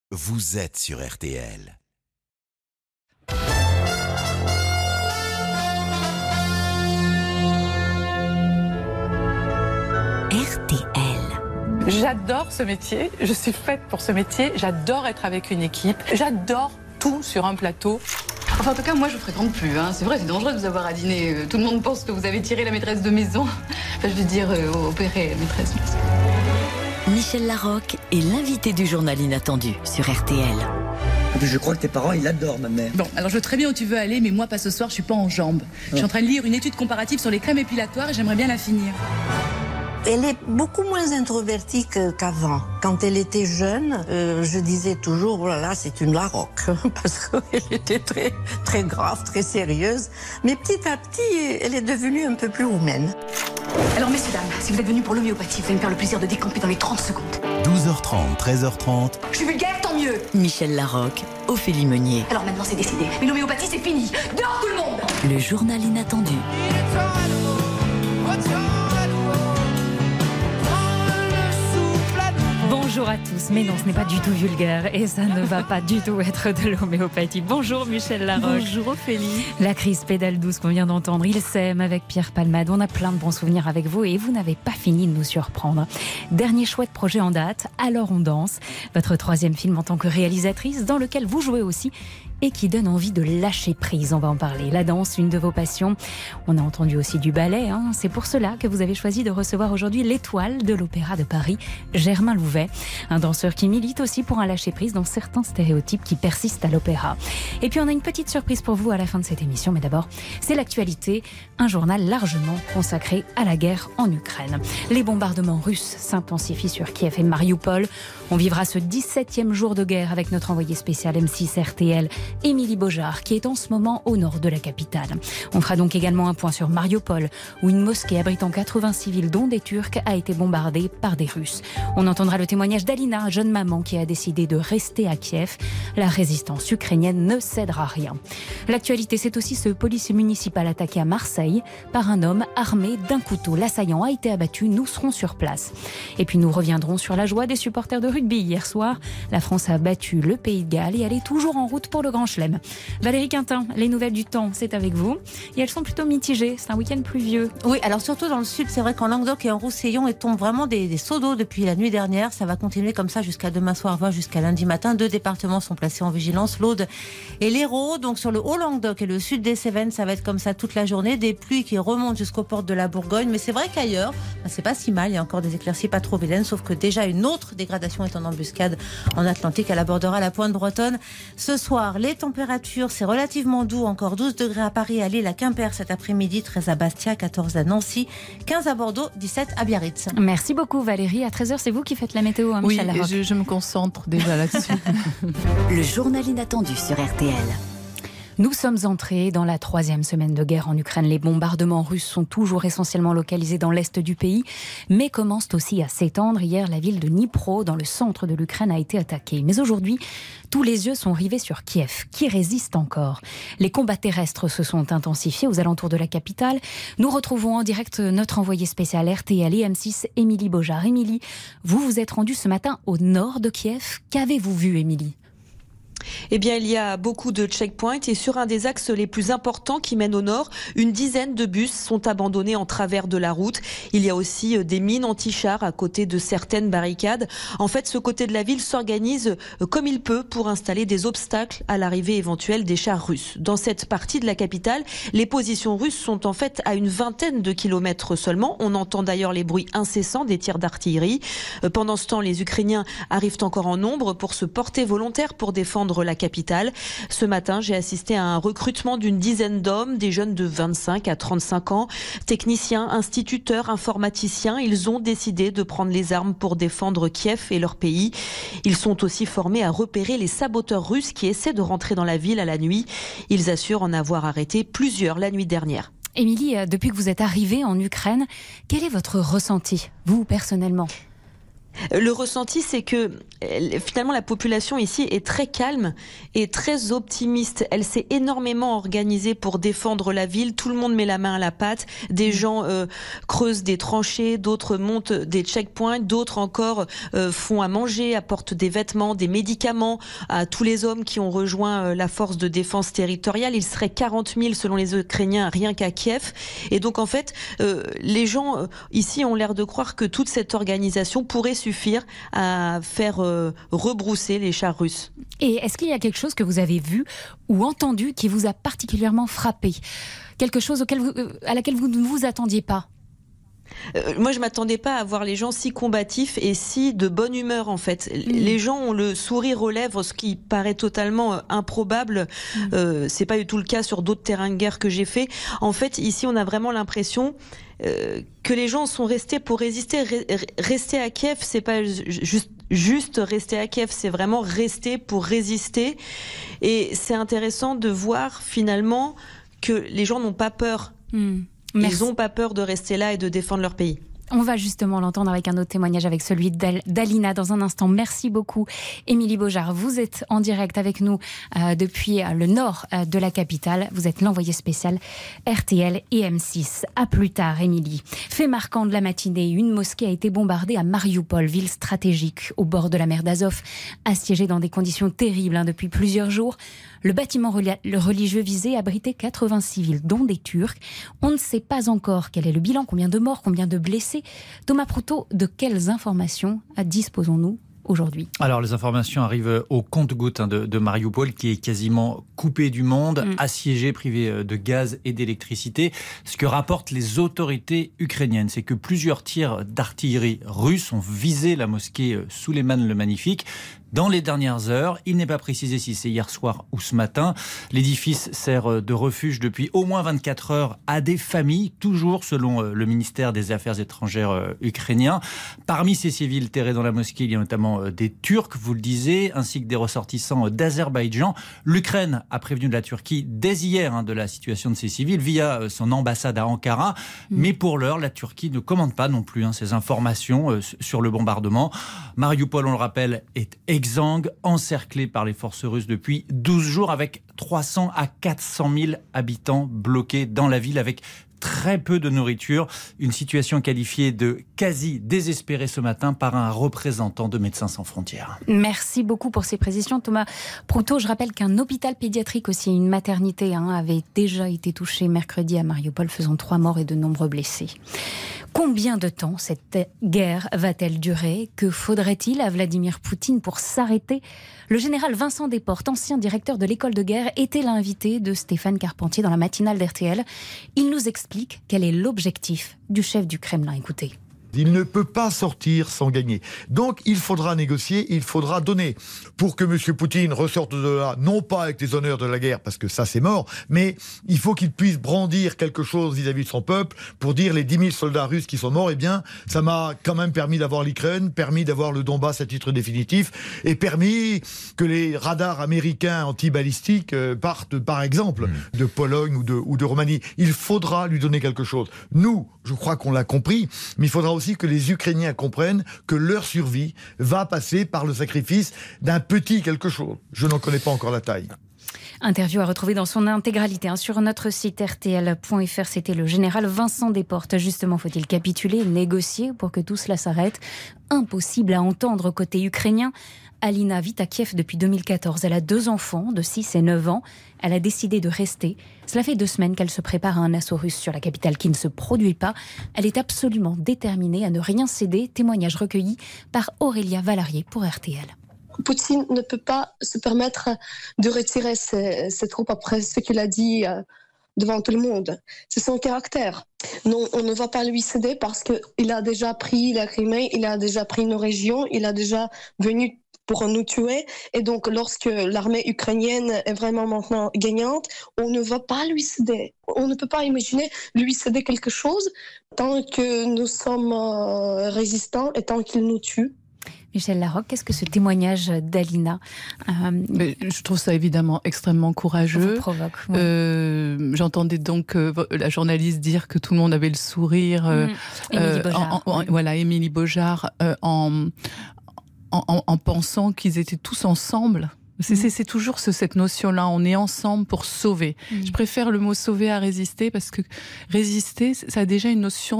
vous êtes sur RTL. RTL. J'adore ce métier, je suis faite pour ce métier, j'adore être avec une équipe, j'adore tout sur un plateau. Enfin, en tout cas, moi, je ne fréquente plus. C'est vrai, c'est dangereux de vous avoir à dîner. Tout le monde pense que vous avez tiré la maîtresse de maison. Enfin, je veux dire, opéré maîtresse. Michel Larocque est l'invité du journal inattendu sur RTL. Et puis je crois que tes parents, ils l'adorent, ma mère. Bon, alors je veux très bien où tu veux aller, mais moi, pas ce soir, je suis pas en jambes. Je suis en train de lire une étude comparative sur les crèmes épilatoires et j'aimerais bien la finir. Elle est beaucoup moins introvertie qu'avant. Quand elle était jeune, je disais toujours, oh là là, c'est une Larocque, parce qu'elle était très, très grave, très sérieuse. Mais petit à petit, elle est devenue un peu plus humaine. Alors, messieurs, dames, si vous êtes venus pour l'homéopathie, vous allez me faire le plaisir de décamper dans les 30 secondes. 12h30, 13h30. Je suis vulgaire, tant mieux. Michel Larocque, Ophélie Meunier. Alors maintenant, c'est décidé. Mais l'homéopathie, c'est fini. Dehors tout le monde. Le journal inattendu. Bonjour à tous, mais non, ce n'est pas du tout vulgaire et ça ne va pas du tout être de l'homéopathie. Bonjour Michel Larocque. Bonjour Ophélie. La crise pédale douce qu'on vient d'entendre, il s'aime avec Pierre Palmade. On a plein de bons souvenirs avec vous et vous n'avez pas fini de nous surprendre. Dernier chouette projet en date, Alors on danse, votre 3e film en tant que réalisatrice dans lequel vous jouez aussi et qui donne envie de lâcher prise, on va en parler. La danse, une de vos passions. On a entendu aussi du ballet, C'est pour cela que vous avez choisi de recevoir aujourd'hui l'étoile de l'Opéra de Paris, Germain Louvet. Un danseur qui milite aussi pour un lâcher prise dans certains stéréotypes qui persistent à l'opéra. Et puis on a une petite surprise pour vous à la fin de cette émission, mais d'abord, c'est l'actualité, un journal largement consacré à la guerre en Ukraine. Les bombardements russes s'intensifient sur Kiev et Mariupol. On vivra ce 17e jour de guerre avec notre envoyé spécial M6 RTL, Émilie Beaujard, qui est en ce moment au nord de la capitale. On fera donc également un point sur Mariupol, où une mosquée abritant 80 civils, dont des Turcs, a été bombardée par des Russes. On entendra le témoignage d'Alina, jeune maman qui a décidé de rester à Kiev. La résistance ukrainienne ne cédera rien. L'actualité, c'est aussi ce policier municipal attaqué à Marseille par un homme armé d'un couteau. L'assaillant a été abattu, nous serons sur place. Et puis nous reviendrons sur la joie des supporters de rugby. Hier soir, la France a battu le Pays de Galles et elle est toujours en route pour le Grand Chelem. Valérie Quintin, les nouvelles du temps, c'est avec vous. Et elles sont plutôt mitigées, c'est un week-end pluvieux. Oui, alors surtout dans le sud, c'est vrai qu'en Languedoc et en Roussillon, il tombe vraiment des seaux d'eau depuis la nuit dernière. Ça va continuer comme ça jusqu'à demain soir, voire jusqu'à lundi matin. 2 départements sont placés en vigilance, l'Aude et l'Hérault. Donc sur le Haut-Languedoc et le sud des Cévennes, ça va être comme ça toute la journée. Des pluies qui remontent jusqu'aux portes de la Bourgogne. Mais c'est vrai qu'ailleurs, c'est pas si mal. Il y a encore des éclaircies pas trop vilaines, sauf que déjà une autre dégradation est en embuscade en Atlantique. Elle abordera la pointe bretonne. Ce soir, les températures, c'est relativement doux. Encore 12 degrés à Paris, à Lille, à Quimper cet après-midi, 13 à Bastia, 14 à Nancy, 15 à Bordeaux, 17 à Biarritz. Merci beaucoup Valérie. À 13h, c'est vous qui faites la météo, Oui, Michel Larocque. je me concentre déjà là-dessus. Le journal inattendu sur RTL. Nous sommes entrés dans la 3e semaine de guerre en Ukraine. Les bombardements russes sont toujours essentiellement localisés dans l'est du pays, mais commencent aussi à s'étendre. Hier, la ville de Dnipro, dans le centre de l'Ukraine, a été attaquée. Mais aujourd'hui, tous les yeux sont rivés sur Kiev, qui résiste encore. Les combats terrestres se sont intensifiés aux alentours de la capitale. Nous retrouvons en direct notre envoyé spécial RTL et M6, Émilie Beaujard. Émilie, vous vous êtes rendue ce matin au nord de Kiev. Qu'avez-vous vu, Émilie ? Eh bien, il y a beaucoup de checkpoints et sur un des axes les plus importants qui mènent au nord, une dizaine de bus sont abandonnés en travers de la route. Il y a aussi des mines anti-chars à côté de certaines barricades. En fait, ce côté de la ville s'organise comme il peut pour installer des obstacles à l'arrivée éventuelle des chars russes. Dans cette partie de la capitale, les positions russes sont en fait à une vingtaine de kilomètres seulement. On entend d'ailleurs les bruits incessants des tirs d'artillerie. Pendant ce temps, les Ukrainiens arrivent encore en nombre pour se porter volontaires pour défendre la capitale. Ce matin, j'ai assisté à un recrutement d'une dizaine d'hommes, des jeunes de 25 à 35 ans, techniciens, instituteurs, informaticiens. Ils ont décidé de prendre les armes pour défendre Kiev et leur pays. Ils sont aussi formés à repérer les saboteurs russes qui essaient de rentrer dans la ville à la nuit. Ils assurent en avoir arrêté plusieurs la nuit dernière. Émilie, depuis que vous êtes arrivée en Ukraine, quel est votre ressenti, vous personnellement ? Le ressenti, c'est que finalement la population ici est très calme et très optimiste. Elle s'est énormément organisée pour défendre la ville. Tout le monde met la main à la pâte. Des gens creusent des tranchées, d'autres montent des checkpoints, d'autres encore font à manger, apportent des vêtements, des médicaments à tous les hommes qui ont rejoint la force de défense territoriale. Il serait 40 000 selon les Ukrainiens rien qu'à Kiev. Et donc en fait, les gens ici ont l'air de croire que toute cette organisation pourrait suffire à faire rebrousser les chars russes. Et est-ce qu'il y a quelque chose que vous avez vu ou entendu qui vous a particulièrement frappé ? Quelque chose à laquelle vous ne vous attendiez pas ? Moi, je m'attendais pas à voir les gens si combatifs et si de bonne humeur, en fait. Les gens ont le sourire aux lèvres, ce qui paraît totalement improbable. C'est pas du tout le cas sur d'autres terrains de guerre que j'ai fait. En fait, ici, on a vraiment l'impression que les gens sont restés pour résister. Rester à Kiev, c'est pas juste rester à Kiev, c'est vraiment rester pour résister. Et c'est intéressant de voir finalement que les gens n'ont pas peur. Ils n'ont pas peur de rester là et de défendre leur pays. On va justement l'entendre avec un autre témoignage, avec celui d'Alina dans un instant. Merci beaucoup, Émilie Beaujard. Vous êtes en direct avec nous depuis le nord de la capitale. Vous êtes l'envoyée spéciale RTL et M6. À plus tard, Émilie. Fait marquant de la matinée, une mosquée a été bombardée à Marioupol, ville stratégique au bord de la mer d'Azov, assiégée dans des conditions terribles depuis plusieurs jours. Le bâtiment religieux visé abritait 80 civils, dont des Turcs. On ne sait pas encore quel est le bilan, combien de morts, combien de blessés. Thomas Proutot, de quelles informations disposons-nous aujourd'hui? Alors les informations arrivent au compte-gouttes de Marioupol, qui est quasiment coupé du monde, assiégé, privé de gaz et d'électricité. Ce que rapportent les autorités ukrainiennes, c'est que plusieurs tirs d'artillerie russe ont visé la mosquée Souleiman le Magnifique. Dans les dernières heures, il n'est pas précisé si c'est hier soir ou ce matin. L'édifice sert de refuge depuis au moins 24 heures à des familles, toujours selon le ministère des Affaires étrangères ukrainien. Parmi ces civils terrés dans la mosquée, il y a notamment des Turcs, vous le disiez, ainsi que des ressortissants d'Azerbaïdjan. L'Ukraine a prévenu de la Turquie dès hier de la situation de ces civils via son ambassade à Ankara. Mais pour l'heure, la Turquie ne commente pas non plus ces informations sur le bombardement. Marioupol, on le rappelle, est exsangue, encerclé par les forces russes depuis 12 jours, avec 300 à 400 000 habitants bloqués dans la ville, avec très peu de nourriture. Une situation qualifiée de quasi désespérée ce matin par un représentant de Médecins sans frontières. Merci beaucoup pour ces précisions, Thomas Proutot. Je rappelle qu'un hôpital pédiatrique, aussi une maternité, avait déjà été touché mercredi à Marioupol, faisant 3 morts et de nombreux blessés. Combien de temps cette guerre va-t-elle durer ? Que faudrait-il à Vladimir Poutine pour s'arrêter ? Le général Vincent Desportes, ancien directeur de l'école de guerre, était l'invité de Stéphane Carpentier dans la matinale d'RTL. Il nous explique quel est l'objectif du chef du Kremlin. Écoutez. Il ne peut pas sortir sans gagner. Donc, il faudra négocier, il faudra donner. Pour que M. Poutine ressorte de là, non pas avec les honneurs de la guerre, parce que ça c'est mort, mais il faut qu'il puisse brandir quelque chose vis-à-vis de son peuple, pour dire les 10 000 soldats russes qui sont morts, eh bien, ça m'a quand même permis d'avoir l'Ukraine, permis d'avoir le Donbass à titre définitif, et permis que les radars américains anti-balistiques partent, par exemple, de Pologne ou de Roumanie. Il faudra lui donner quelque chose. Nous, je crois qu'on l'a compris, mais il faudra aussi que les Ukrainiens comprennent que leur survie va passer par le sacrifice d'un petit quelque chose. Je n'en connais pas encore la taille. Interview à retrouver dans son intégralité sur notre site rtl.fr. C'était le général Vincent Desportes. Justement, faut-il capituler, négocier pour que tout cela s'arrête ? Impossible à entendre côté ukrainien. Alina vit à Kiev depuis 2014. Elle a 2 enfants de 6 et 9 ans. Elle a décidé de rester. Cela fait 2 semaines qu'elle se prépare à un assaut russe sur la capitale qui ne se produit pas. Elle est absolument déterminée à ne rien céder. Témoignage recueilli par Aurélia Valarié pour RTL. Poutine ne peut pas se permettre de retirer ses troupes après ce qu'il a dit devant tout le monde. C'est son caractère. Non, on ne va pas lui céder parce qu'il a déjà pris la Crimée, il a déjà pris nos régions, il a déjà venu pour nous tuer. Et donc, lorsque l'armée ukrainienne est vraiment maintenant gagnante, on ne va pas lui céder. On ne peut pas imaginer lui céder quelque chose tant que nous sommes résistants et tant qu'il nous tue. Michel Larocque, qu'est-ce que ce témoignage d'Alina Je trouve ça évidemment extrêmement courageux. Vous provoque, oui. J'entendais donc la journaliste dire que tout le monde avait le sourire. Émilie Beaujard. Voilà, Émilie Beaujard, en pensant qu'ils étaient tous ensemble. C'est toujours cette notion-là, on est ensemble pour sauver. Je préfère le mot sauver à résister, parce que résister, ça a déjà une notion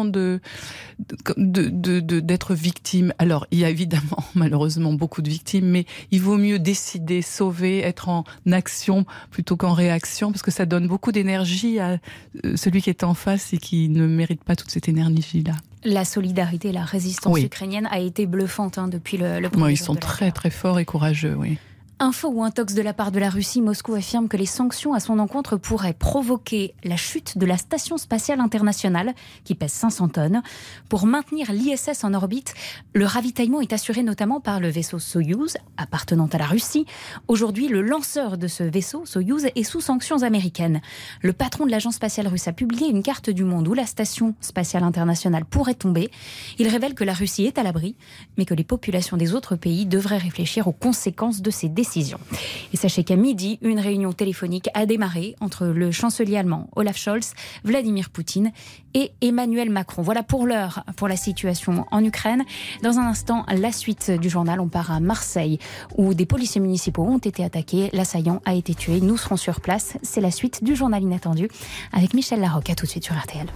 d'être victime. Alors, il y a évidemment, malheureusement, beaucoup de victimes, mais il vaut mieux décider, sauver, être en action plutôt qu'en réaction, parce que ça donne beaucoup d'énergie à celui qui est en face et qui ne mérite pas toute cette énergie-là. La solidarité, la résistance ukrainienne a été bluffante depuis le premier jour. Ils sont très très forts et courageux, oui. Info ou intox de la part de la Russie, Moscou affirme que les sanctions à son encontre pourraient provoquer la chute de la Station spatiale internationale, qui pèse 500 tonnes. Pour maintenir l'ISS en orbite, le ravitaillement est assuré notamment par le vaisseau Soyouz, appartenant à la Russie. Aujourd'hui, le lanceur de ce vaisseau, Soyouz, est sous sanctions américaines. Le patron de l'agence spatiale russe a publié une carte du monde où la Station spatiale internationale pourrait tomber. Il révèle que la Russie est à l'abri, mais que les populations des autres pays devraient réfléchir aux conséquences de ces décisions. Et sachez qu'à midi, une réunion téléphonique a démarré entre le chancelier allemand Olaf Scholz, Vladimir Poutine et Emmanuel Macron. Voilà pour l'heure, pour la situation en Ukraine. Dans un instant, la suite du journal, on part à Marseille, où des policiers municipaux ont été attaqués. L'assaillant a été tué. Nous serons sur place. C'est la suite du journal inattendu avec Michel Larocque. À tout de suite sur RTL.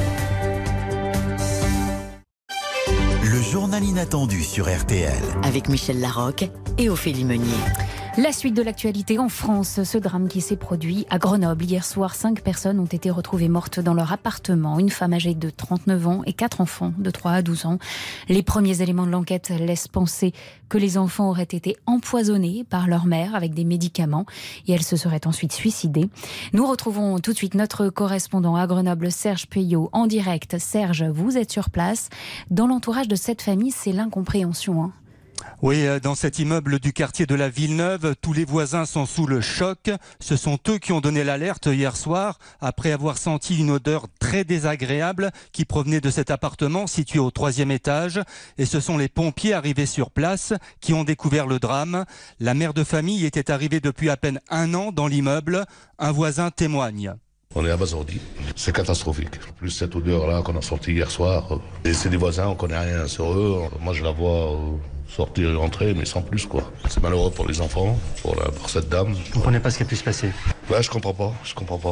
Le journal inattendu sur RTL. Avec Michel Larocque et Ophélie Meunier. La suite de l'actualité en France, ce drame qui s'est produit à Grenoble. Hier soir, 5 personnes ont été retrouvées mortes dans leur appartement. Une femme âgée de 39 ans et 4 enfants de 3 à 12 ans. Les premiers éléments de l'enquête laissent penser que les enfants auraient été empoisonnés par leur mère avec des médicaments et elles se seraient ensuite suicidées. Nous retrouvons tout de suite notre correspondant à Grenoble, Serge Puyot, en direct. Serge, vous êtes sur place. Dans l'entourage de cette famille, c'est l'incompréhension. Oui, dans cet immeuble du quartier de la Villeneuve, tous les voisins sont sous le choc. Ce sont eux qui ont donné l'alerte hier soir après avoir senti une odeur très désagréable qui provenait de cet appartement situé au 3e étage. Et ce sont les pompiers arrivés sur place qui ont découvert le drame. La mère de famille était arrivée depuis à peine 1 an dans l'immeuble. Un voisin témoigne. On est abasourdi, c'est catastrophique. Plus cette odeur-là qu'on a sortie hier soir. Et c'est des voisins, on connaît rien sur eux. Moi je la vois sortir et rentrer, mais sans plus quoi. C'est malheureux pour les enfants, pour cette dame. Vous ne comprenez pas ce qui a pu se passer? Ouais, je comprends pas.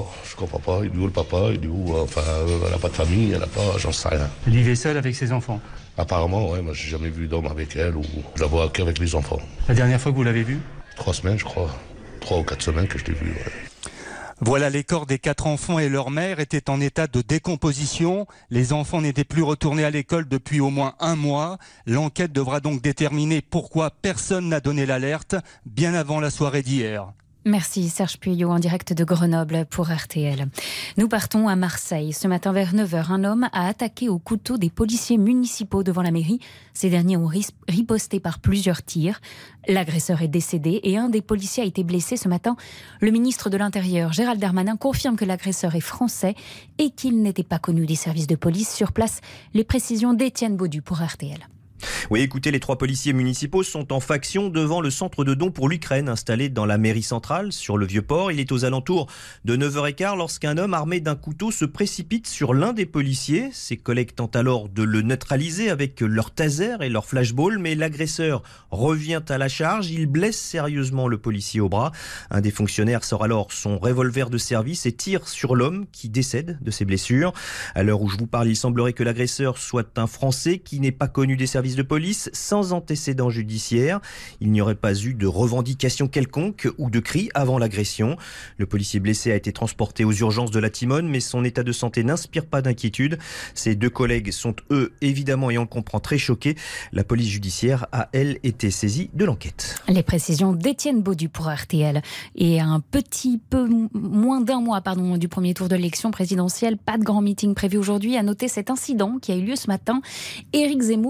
Il est où le papa? Il est où? Enfin, elle n'a pas de famille, elle n'a pas, j'en sais rien. Elle vivait seule avec ses enfants? Apparemment, ouais, moi j'ai jamais vu d'homme avec elle, ou je la vois qu'avec les enfants. La dernière fois que vous l'avez vue? 3 semaines, je crois. 3 ou 4 semaines que je l'ai vue, ouais. Voilà, les corps des 4 enfants et leur mère étaient en état de décomposition. Les enfants n'étaient plus retournés à l'école depuis au moins 1 mois. L'enquête devra donc déterminer pourquoi personne n'a donné l'alerte bien avant la soirée d'hier. Merci Serge Puyot en direct de Grenoble pour RTL. Nous partons à Marseille. Ce matin vers 9h, un homme a attaqué au couteau des policiers municipaux devant la mairie. Ces derniers ont riposté par plusieurs tirs. L'agresseur est décédé et un des policiers a été blessé ce matin. Le ministre de l'Intérieur, Gérald Darmanin, confirme que l'agresseur est français et qu'il n'était pas connu des services de police. Sur place, les précisions d'Étienne Baudu pour RTL. Oui, écoutez, les 3 policiers municipaux sont en faction devant le centre de dons pour l'Ukraine installé dans la mairie centrale sur le Vieux-Port. Il est aux alentours de 9h15 lorsqu'un homme armé d'un couteau se précipite sur l'un des policiers. Ses collègues tentent alors de le neutraliser avec leur taser et leur flashball, mais l'agresseur revient à la charge. Il blesse sérieusement le policier au bras. Un des fonctionnaires sort alors son revolver de service et tire sur l'homme qui décède de ses blessures. À l'heure où je vous parle, il semblerait que l'agresseur soit un Français qui n'est pas connu des services de police, sans antécédent judiciaire. Il n'y aurait pas eu de revendication quelconque ou de cri avant l'agression. Le policier blessé a été transporté aux urgences de la Timone, mais son état de santé n'inspire pas d'inquiétude. Ses 2 collègues sont eux, évidemment, et on le comprend, très choqués. La police judiciaire a, elle, été saisie de l'enquête. Les précisions d'Étienne Baudu pour RTL. Et un petit peu moins d'1 mois du premier tour de l'élection présidentielle, pas de grand meeting prévu aujourd'hui. À noter cet incident qui a eu lieu ce matin. Éric Zemmour a reçu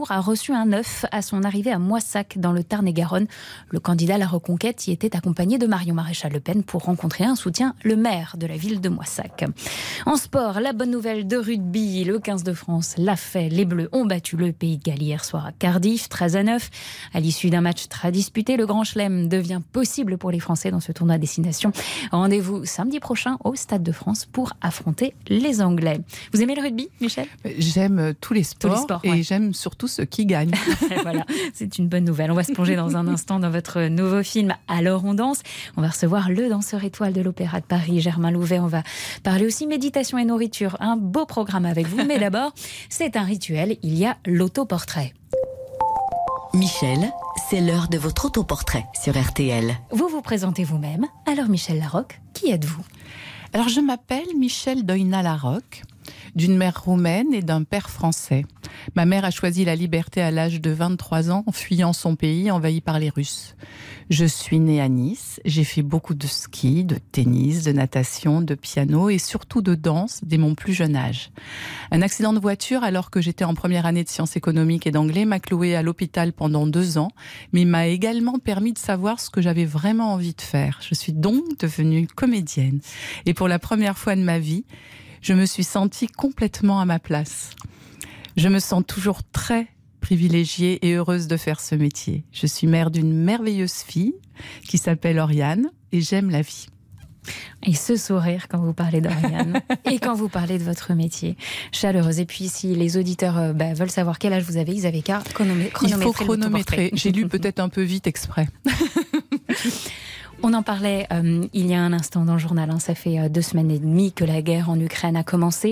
reçu un œuf à son arrivée à Moissac, dans le Tarn-et-Garonne. Le candidat à la Reconquête y était accompagné de Marion Maréchal Le Pen pour rencontrer un soutien, le maire de la ville de Moissac. En sport, la bonne nouvelle de rugby. Le 15 de France l'a fait. Les Bleus ont battu le Pays de Galles hier soir à Cardiff, 13-9. À l'issue d'un match très disputé, le Grand Chelem devient possible pour les Français dans ce tournoi à destination. Rendez-vous samedi prochain au Stade de France pour affronter les Anglais. Vous aimez le rugby, Michel ? J'aime tous les sports, et j'aime surtout ceux qui gagnent. Voilà, c'est une bonne nouvelle. On va se plonger dans un instant dans votre nouveau film « Alors on danse ». On va recevoir le danseur étoile de l'Opéra de Paris, Germain Louvet. On va parler aussi méditation et nourriture. Un beau programme avec vous. Mais d'abord, c'est un rituel. Il y a l'autoportrait. Michel, c'est l'heure de votre autoportrait sur RTL. Vous vous présentez vous-même. Alors Michel Larocque, qui êtes-vous ? Alors je m'appelle Michel Doina Larocque, d'une mère roumaine et d'un père français. Ma mère a choisi la liberté à l'âge de 23 ans en fuyant son pays envahi par les Russes. Je suis née à Nice, j'ai fait beaucoup de ski, de tennis, de natation, de piano et surtout de danse dès mon plus jeune âge. Un accident de voiture alors que j'étais en première année de sciences économiques et d'anglais m'a clouée à l'hôpital pendant 2 ans, mais m'a également permis de savoir ce que j'avais vraiment envie de faire. Je suis donc devenue comédienne. Et pour la première fois de ma vie, je me suis sentie complètement à ma place. Je me sens toujours très privilégiée et heureuse de faire ce métier. Je suis mère d'une merveilleuse fille qui s'appelle Oriane et j'aime la vie. Et ce sourire quand vous parlez d'Oriane et quand vous parlez de votre métier, chaleureuse. Et puis si les auditeurs veulent savoir quel âge vous avez, ils avaient qu'à chronométrer. Il faut chronométrer. J'ai lu peut-être un peu vite exprès. On en parlait il y a un instant dans le journal. Ça fait 2 semaines et demie que la guerre en Ukraine a commencé.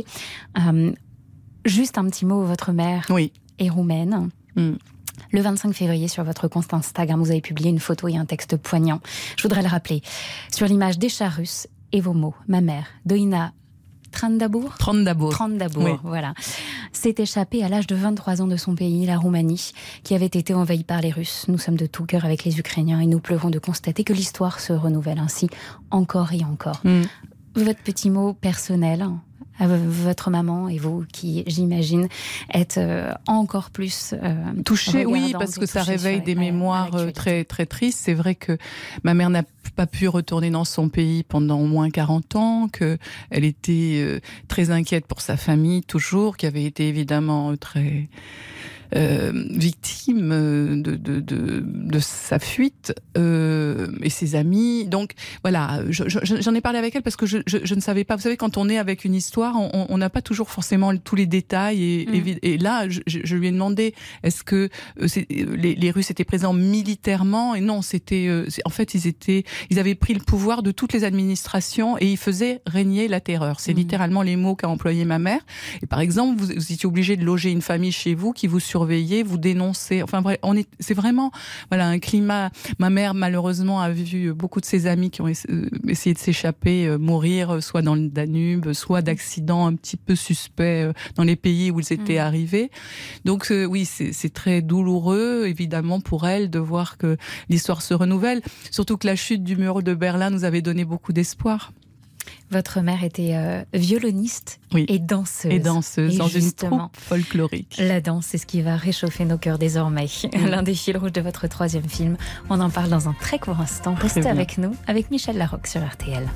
Juste un petit mot, votre mère est roumaine. Le 25 février, sur votre compte Instagram, vous avez publié une photo et un texte poignant. Je voudrais le rappeler. Sur l'image des chars russes et vos mots, ma mère, Doina Trandabour, oui. Voilà, s'est échappée à l'âge de 23 ans de son pays, la Roumanie, qui avait été envahie par les Russes. Nous sommes de tout cœur avec les Ukrainiens et nous pleurons de constater que l'histoire se renouvelle ainsi encore et encore. Votre petit mot personnel à votre maman et vous qui, j'imagine, êtes encore plus touchée, oui, parce que ça réveille des mémoires très très tristes. C'est vrai que ma mère n'a pas pu retourner dans son pays pendant au moins 40 ans, qu'elle était très inquiète pour sa famille toujours, qui avait été évidemment très victime de sa fuite et ses amis. Donc voilà, j'en ai parlé avec elle parce que je ne savais pas. Vous savez, quand on est avec une histoire, on n'a pas toujours forcément tous les détails. Et là, je lui ai demandé est-ce que les Russes étaient présents militairement, et non, c'était en fait ils avaient pris le pouvoir de toutes les administrations et ils faisaient régner la terreur. C'est littéralement les mots qu'a employé ma mère. Et par exemple, vous étiez obligé de loger une famille chez vous qui vous surveillait, vous dénoncez. Enfin bref, c'est vraiment un climat. Ma mère malheureusement a vu beaucoup de ses amis qui ont essayé de s'échapper mourir, soit dans le Danube, soit d'accidents un petit peu suspects dans les pays où ils étaient arrivés. Donc oui, c'est très douloureux évidemment pour elle de voir que l'histoire se renouvelle. Surtout que la chute du mur de Berlin nous avait donné beaucoup d'espoir. Votre mère était violoniste et danseuse. Et danseuse, dans une troupe folklorique. La danse, c'est ce qui va réchauffer nos cœurs désormais. L'un des fils rouges de votre 3e film. On en parle dans un très court instant. Restez avec nous, avec Michel Larocque sur RTL.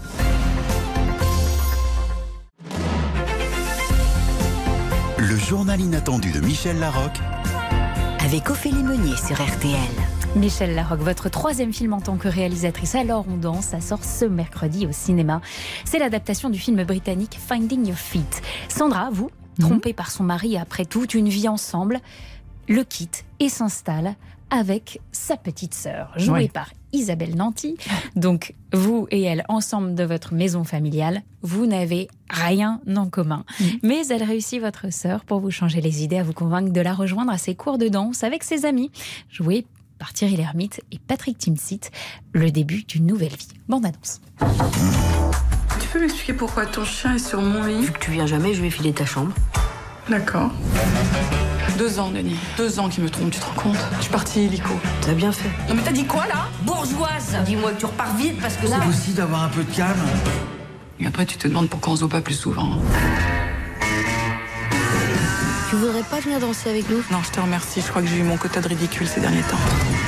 Le journal inattendu de Michel Larocque avec Ophélie Meunier sur RTL. Michel Larocque, votre 3e film en tant que réalisatrice. Alors on danse, ça sort ce mercredi au cinéma. C'est l'adaptation du film britannique Finding Your Feet. Sandra, vous, trompée par son mari après toute une vie ensemble, le quitte et s'installe avec sa petite sœur, jouée par Isabelle Nanty. Donc, vous et elle, ensemble de votre maison familiale, vous n'avez rien en commun. Mais elle réussit, votre sœur, pour vous changer les idées, à vous convaincre de la rejoindre à ses cours de danse avec ses amis, joués par Thierry Lhermitte et Patrick Timsit, le début d'une nouvelle vie. Bande annonce. Tu peux m'expliquer pourquoi ton chien est sur mon lit ? Vu que tu viens jamais, je vais filer ta chambre. D'accord. 2 ans, Denis. 2 ans qu'il me trompe, tu te rends compte ? Je suis partie illico. T'as bien fait. Non mais t'as dit quoi là ? Bourgeoise ! Dis-moi que tu repars vite parce que là... C'est possible d'avoir un peu de calme. Et après tu te demandes pourquoi on se voit pas plus souvent. Tu voudrais pas venir danser avec nous? Non, je te remercie. Je crois que j'ai eu mon quota de ridicule ces derniers temps.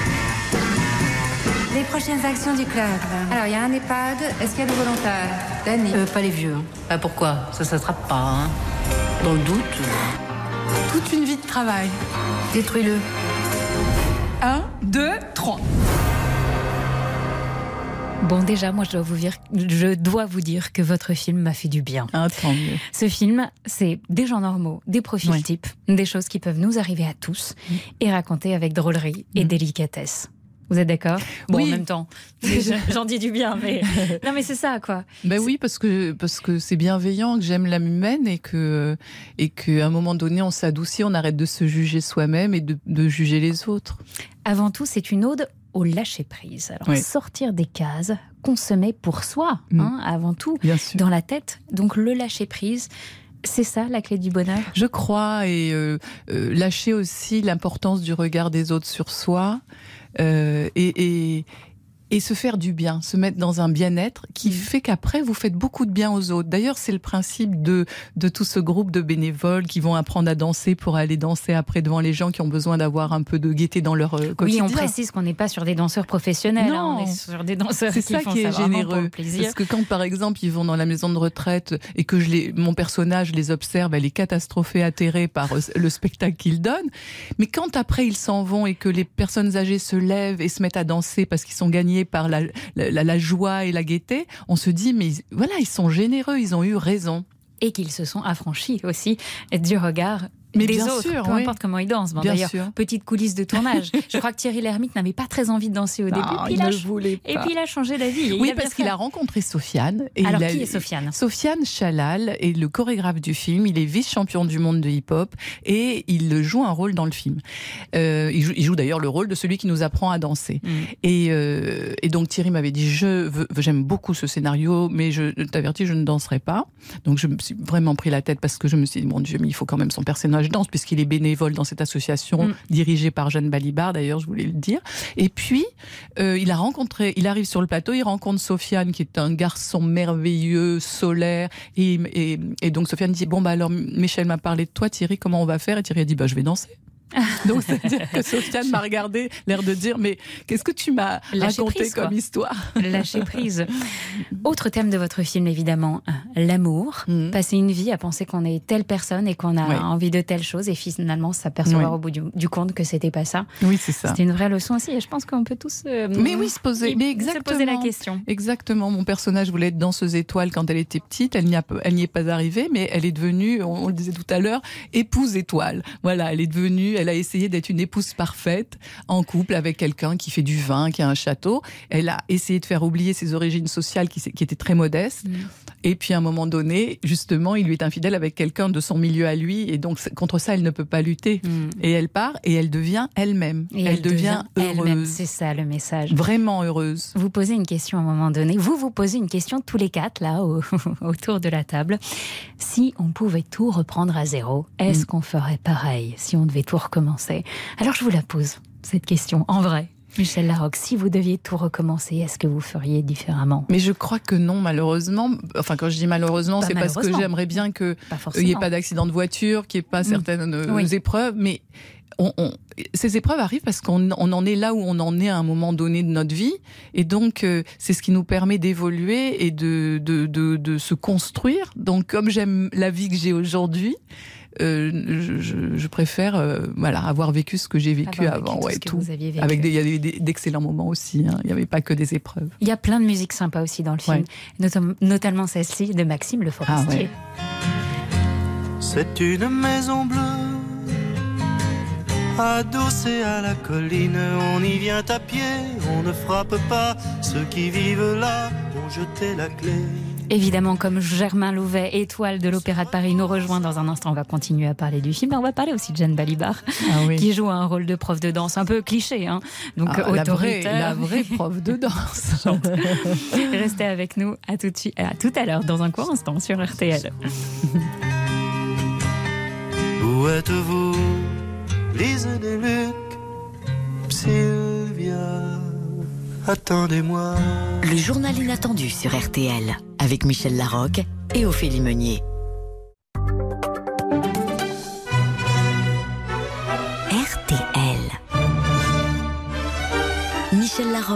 Les prochaines actions du club. Alors, il y a un EHPAD. Est-ce qu'il y a des volontaires? Dani? Pas les vieux. Hein. Pourquoi? Ça s'attrape pas, hein. Dans le doute. Toute une vie de travail. Détruis-le. 1, 2, 3. Bon, déjà, moi, je dois vous dire que votre film m'a fait du bien. Ah, tant mieux. Ce film, c'est des gens normaux, des profils types, des choses qui peuvent nous arriver à tous, et raconter avec drôlerie et délicatesse. Vous êtes d'accord? Bon, oui. En même temps, j'en dis du bien, mais non, mais c'est ça, quoi. Ben oui, parce que c'est bienveillant, que j'aime l'âme humaine et qu'à un moment donné, on s'adoucit, on arrête de se juger soi-même et de juger les autres. Avant tout, c'est une ode au lâcher-prise. Alors, sortir des cases qu'on se met pour soi, avant tout, dans la tête. Donc, le lâcher-prise, c'est ça la clé du bonheur? Je crois, et lâcher aussi l'importance du regard des autres sur soi, et se faire du bien, se mettre dans un bien-être qui fait qu'après vous faites beaucoup de bien aux autres. D'ailleurs, c'est le principe de tout ce groupe de bénévoles qui vont apprendre à danser pour aller danser après devant les gens qui ont besoin d'avoir un peu de gaieté dans leur quotidien. Oui, on précise qu'on n'est pas sur des danseurs professionnels, non, on est sur des danseurs qui font qui est ça généreux. Pour le plaisir. Parce que quand, par exemple, ils vont dans la maison de retraite et que mon personnage les observe, elle est catastrophée, atterrée par le spectacle qu'ils donnent. Mais quand après ils s'en vont et que les personnes âgées se lèvent et se mettent à danser parce qu'ils sont gagnés par la joie et la gaieté, on se dit, mais voilà, ils sont généreux, ils ont eu raison. Et qu'ils se sont affranchis aussi du regard mais des bien autres, sûr, peu importe comment ils dansent. Bon, d'ailleurs, petite coulisse de tournage. Je crois que Thierry Lhermitte n'avait pas très envie de danser au début. Il ne voulait pas. Et puis il a changé d'avis. Oui, parce qu'il a rencontré Sofiane. Alors, qui est Sofiane? Sofiane Chalal est le chorégraphe du film. Il est vice-champion du monde de hip-hop et il joue un rôle dans le film. Il joue d'ailleurs le rôle de celui qui nous apprend à danser. Et donc Thierry m'avait dit, j'aime beaucoup ce scénario, mais je t'avertis, je ne danserai pas. Donc je me suis vraiment pris la tête parce que je me suis dit, mon Dieu, mais il faut quand même son personnage danse, puisqu'il est bénévole dans cette association dirigée par Jeanne Balibar, d'ailleurs, je voulais le dire. Et puis, il arrive sur le plateau, il rencontre Sofiane, qui est un garçon merveilleux, solaire, et donc Sofiane dit, bon, bah alors, Michel m'a parlé de toi, Thierry, comment on va faire? Et Thierry a dit, bah je vais danser. Donc, c'est-à-dire que Sofiane m'a regardé, l'air de dire, mais qu'est-ce que tu m'as raconté comme histoire? Lâcher prise. Autre thème de votre film, évidemment, l'amour. Passer une vie à penser qu'on est telle personne et qu'on a envie de telle chose, et finalement s'apercevoir au bout du compte que c'était pas ça. Oui, c'est ça. C'était une vraie leçon aussi, et je pense qu'on peut tous se poser la question. Exactement. Mon personnage voulait être danseuse étoile quand elle était petite. Elle n'y est pas arrivée, mais elle est devenue, on le disait tout à l'heure, épouse étoile. Voilà, elle a essayé d'être une épouse parfaite, en couple avec quelqu'un qui fait du vin, qui a un château. Elle a essayé de faire oublier ses origines sociales qui étaient très modestes. Et puis à un moment donné, justement, il lui est infidèle avec quelqu'un de son milieu à lui. Et donc, contre ça, elle ne peut pas lutter. Et elle part et elle devient elle-même. Et elle devient heureuse. Elle-même, c'est ça le message. Vraiment heureuse. Vous posez une question à un moment donné. Vous posez une question tous les quatre, là, autour de la table. Si on pouvait tout reprendre à zéro, est-ce qu'on ferait pareil si on devait tout recommencer? Alors je vous la pose, cette question, en vrai. Michel Larocque, si vous deviez tout recommencer, est-ce que vous feriez différemment? Mais je crois que non, malheureusement. Enfin, quand je dis malheureusement, c'est parce que j'aimerais bien qu'il n'y ait pas d'accident de voiture, qu'il n'y ait pas certaines épreuves. Mais ces épreuves arrivent parce qu'on en est là où on en est à un moment donné de notre vie. Et donc, c'est ce qui nous permet d'évoluer et de se construire. Donc, comme j'aime la vie que j'ai aujourd'hui, je préfère avoir vécu ce que j'ai vécu avant. Il y a d'excellents moments aussi. Il n'y avait pas que des épreuves. Il y a plein de musique sympa aussi dans le film, notamment celle-ci de Maxime Le Forestier. C'est une maison bleue adossée à la colline. On y vient à pied, on ne frappe pas. Ceux qui vivent là ont jeté la clé. Évidemment, comme Germain Louvet, étoile de l'Opéra de Paris, nous rejoint dans un instant. On va continuer à parler du film. On va parler aussi de Jeanne Balibar, qui joue un rôle de prof de danse un peu cliché, donc autoritaire. La vraie prof de danse. Restez avec nous. À tout à l'heure, dans un court instant, sur RTL. Où êtes-vous, Lise de Luc, Sylvia, attendez-moi. Le journal inattendu sur RTL, avec Michel Larocque et Ophélie Meunier.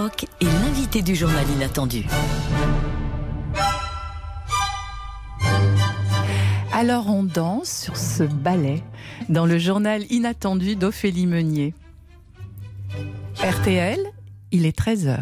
Larocque est l'invité du journal inattendu. Alors on danse sur ce ballet dans le journal inattendu d'Ophélie Meunier. RTL, il est 13h.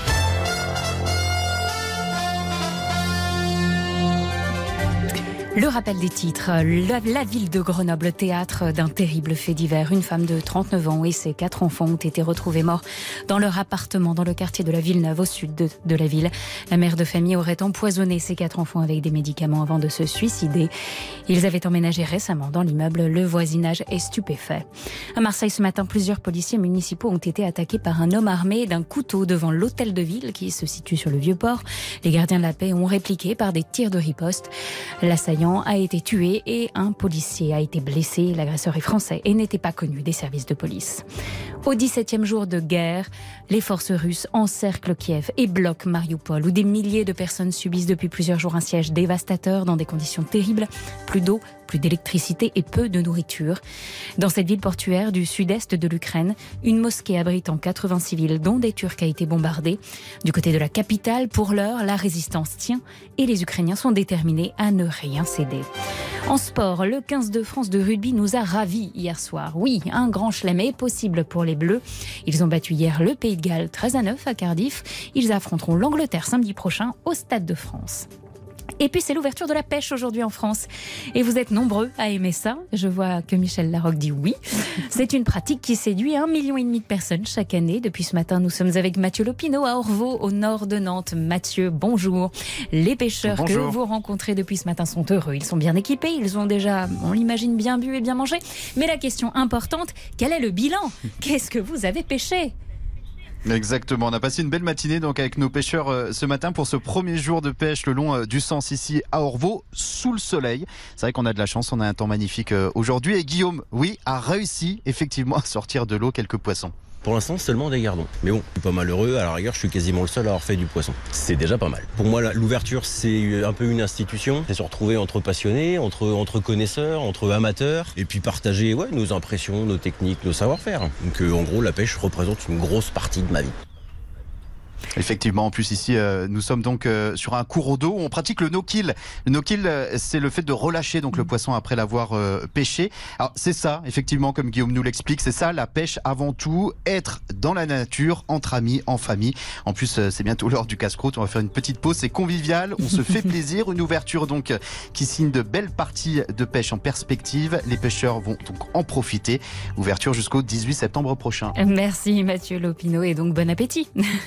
Le rappel des titres. La ville de Grenoble, théâtre d'un terrible fait divers. Une femme de 39 ans et ses 4 enfants ont été retrouvés morts dans leur appartement dans le quartier de la Villeneuve, au sud de la ville. La mère de famille aurait empoisonné ses 4 enfants avec des médicaments avant de se suicider. Ils avaient emménagé récemment dans l'immeuble. Le voisinage est stupéfait. À Marseille, ce matin, plusieurs policiers municipaux ont été attaqués par un homme armé d'un couteau devant l'hôtel de ville qui se situe sur le Vieux-Port. Les gardiens de la paix ont répliqué par des tirs de riposte. L'assaillant a été tué et un policier a été blessé. L'agresseur est français et n'était pas connu des services de police. Au 17e jour de guerre, les forces russes encerclent Kiev et bloquent Mariupol, où des milliers de personnes subissent depuis plusieurs jours un siège dévastateur dans des conditions terribles. Plus d'eau, plus d'électricité et peu de nourriture. Dans cette ville portuaire du sud-est de l'Ukraine, une mosquée abritant 80 civils, dont des Turcs, a été bombardée. Du côté de la capitale, pour l'heure, la résistance tient et les Ukrainiens sont déterminés à ne rien céder. En sport, le 15 de France de rugby nous a ravis hier soir. Oui, un grand chelem est possible pour les Bleus. Ils ont battu hier le Pays de Galles 13-9 à Cardiff. Ils affronteront l'Angleterre samedi prochain au Stade de France. Et puis c'est l'ouverture de la pêche aujourd'hui en France. Et vous êtes nombreux à aimer ça. Je vois que Michel Larocque dit oui. C'est une pratique qui séduit 1,5 million de personnes chaque année. Depuis ce matin, nous sommes avec Mathieu Lopineau à Orvaux, au nord de Nantes. Mathieu, bonjour. Les pêcheurs que vous rencontrez depuis ce matin sont heureux. Ils sont bien équipés. Ils ont déjà, on l'imagine, bien bu et bien mangé. Mais la question importante, quel est le bilan ? Qu'est-ce que vous avez pêché ? Exactement, on a passé une belle matinée donc avec nos pêcheurs ce matin pour ce premier jour de pêche le long du Sens ici à Orvaux, sous le soleil. C'est vrai qu'on a de la chance, on a un temps magnifique aujourd'hui et Guillaume, oui, a réussi effectivement à sortir de l'eau quelques poissons. Pour l'instant, seulement des gardons. Mais bon, je suis pas malheureux. À la rigueur, je suis quasiment le seul à avoir fait du poisson. C'est déjà pas mal. Pour moi, l'ouverture, c'est un peu une institution. C'est se retrouver entre passionnés, entre connaisseurs, entre amateurs. Et puis partager nos impressions, nos techniques, nos savoir-faire. Donc en gros, la pêche représente une grosse partie de ma vie. Effectivement, en plus ici, nous sommes donc sur un cours d'eau où on pratique le no-kill. Le no-kill, c'est le fait de relâcher donc le poisson après l'avoir pêché. Alors c'est ça, effectivement, comme Guillaume nous l'explique, c'est ça la pêche avant tout, être dans la nature, entre amis, en famille. En plus, c'est bientôt l'heure du casse-croûte, on va faire une petite pause, c'est convivial, on se fait plaisir. Une ouverture donc qui signe de belles parties de pêche en perspective. Les pêcheurs vont donc en profiter. Ouverture jusqu'au 18 septembre prochain. Merci Mathieu Lopineau et donc bon appétit.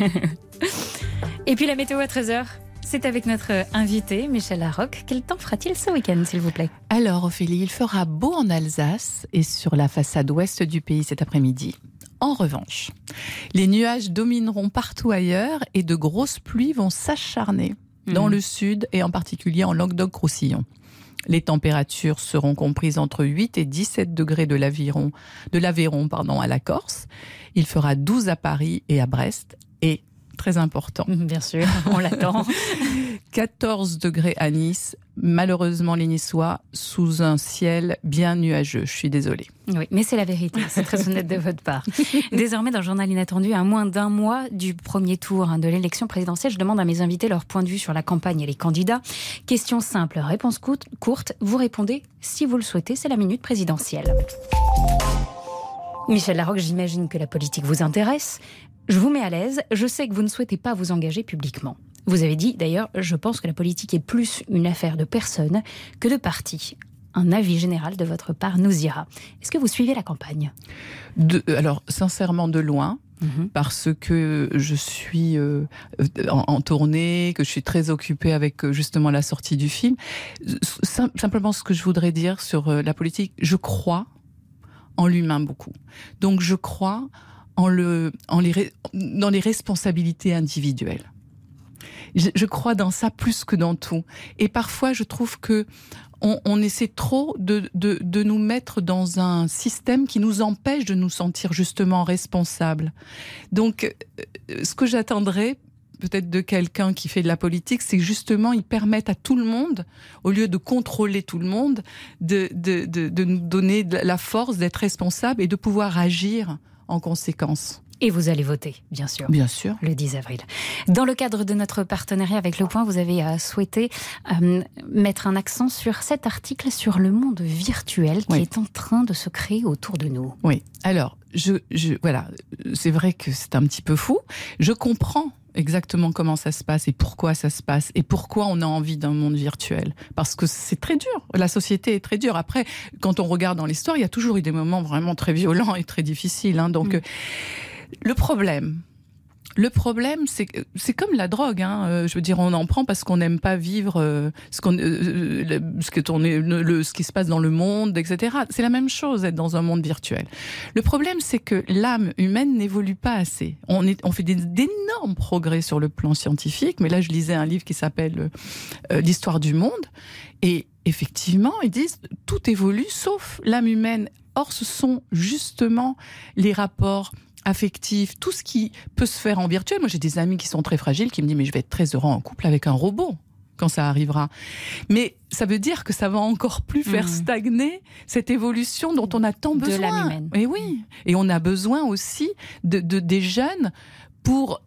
Et puis la météo à 13h, c'est avec notre invité Michel Larocque. Quel temps fera-t-il ce week-end, s'il vous plaît ? Alors Ophélie, il fera beau en Alsace et sur la façade ouest du pays cet après-midi. En revanche, les nuages domineront partout ailleurs et de grosses pluies vont s'acharner dans le sud et en particulier en Languedoc-Roussillon. Les températures seront comprises entre 8 et 17 degrés de l'Aveyron à la Corse. Il fera 12 à Paris et à Brest et très important. Bien sûr, on l'attend. 14 degrés à Nice. Malheureusement, les Niçois sous un ciel bien nuageux. Je suis désolée. Oui, mais c'est la vérité. C'est très honnête de votre part. Désormais, dans le journal inattendu, à moins d'un mois du premier tour de l'élection présidentielle, je demande à mes invités leur point de vue sur la campagne et les candidats. Question simple, réponse courte. Vous répondez si vous le souhaitez. C'est la minute présidentielle. Michel Larocque, j'imagine que la politique vous intéresse. Je vous mets à l'aise. Je sais que vous ne souhaitez pas vous engager publiquement. Vous avez dit, d'ailleurs, je pense que la politique est plus une affaire de personnes que de partis. Un avis général de votre part nous ira. Est-ce que vous suivez la campagne ? Alors, sincèrement, de loin. Parce que je suis en tournée, que je suis très occupée avec justement la sortie du film. Simplement, ce que je voudrais dire sur la politique, je crois en l'humain beaucoup. Donc, je crois dans les responsabilités individuelles. Je crois dans ça plus que dans tout. Et parfois, je trouve que on essaie trop de nous mettre dans un système qui nous empêche de nous sentir justement responsables. Donc, ce que j'attendrais peut-être de quelqu'un qui fait de la politique, c'est que justement, ils permettent à tout le monde, au lieu de contrôler tout le monde, de nous donner la force d'être responsable et de pouvoir agir en conséquence. Et vous allez voter, bien sûr. Bien sûr. Le 10 avril. Dans le cadre de notre partenariat avec Le Point, vous avez souhaité mettre un accent sur cet article sur le monde virtuel qui est en train de se créer autour de nous. Oui. Alors, voilà, c'est vrai que c'est un petit peu fou. Je comprends exactement comment ça se passe et pourquoi ça se passe et pourquoi on a envie d'un monde virtuel. Parce que c'est très dur. La société est très dure. Après, quand on regarde dans l'histoire, il y a toujours eu des moments vraiment très violents et très difficiles. Donc, le problème, c'est comme la drogue. Je veux dire, on en prend parce qu'on n'aime pas vivre ce qui se passe dans le monde, etc. C'est la même chose, être dans un monde virtuel. Le problème, c'est que l'âme humaine n'évolue pas assez. On fait d'énormes progrès sur le plan scientifique, mais là, je lisais un livre qui s'appelle L'histoire du monde, et effectivement, ils disent tout évolue sauf l'âme humaine. Or, ce sont justement les rapports affectif, tout ce qui peut se faire en virtuel. Moi, j'ai des amis qui sont très fragiles, qui me disent « mais je vais être très heureux en couple avec un robot quand ça arrivera ». Mais ça veut dire que ça va encore plus faire stagner cette évolution dont on a tant besoin. De l'âme humaine. Et oui, et on a besoin aussi des jeunes pour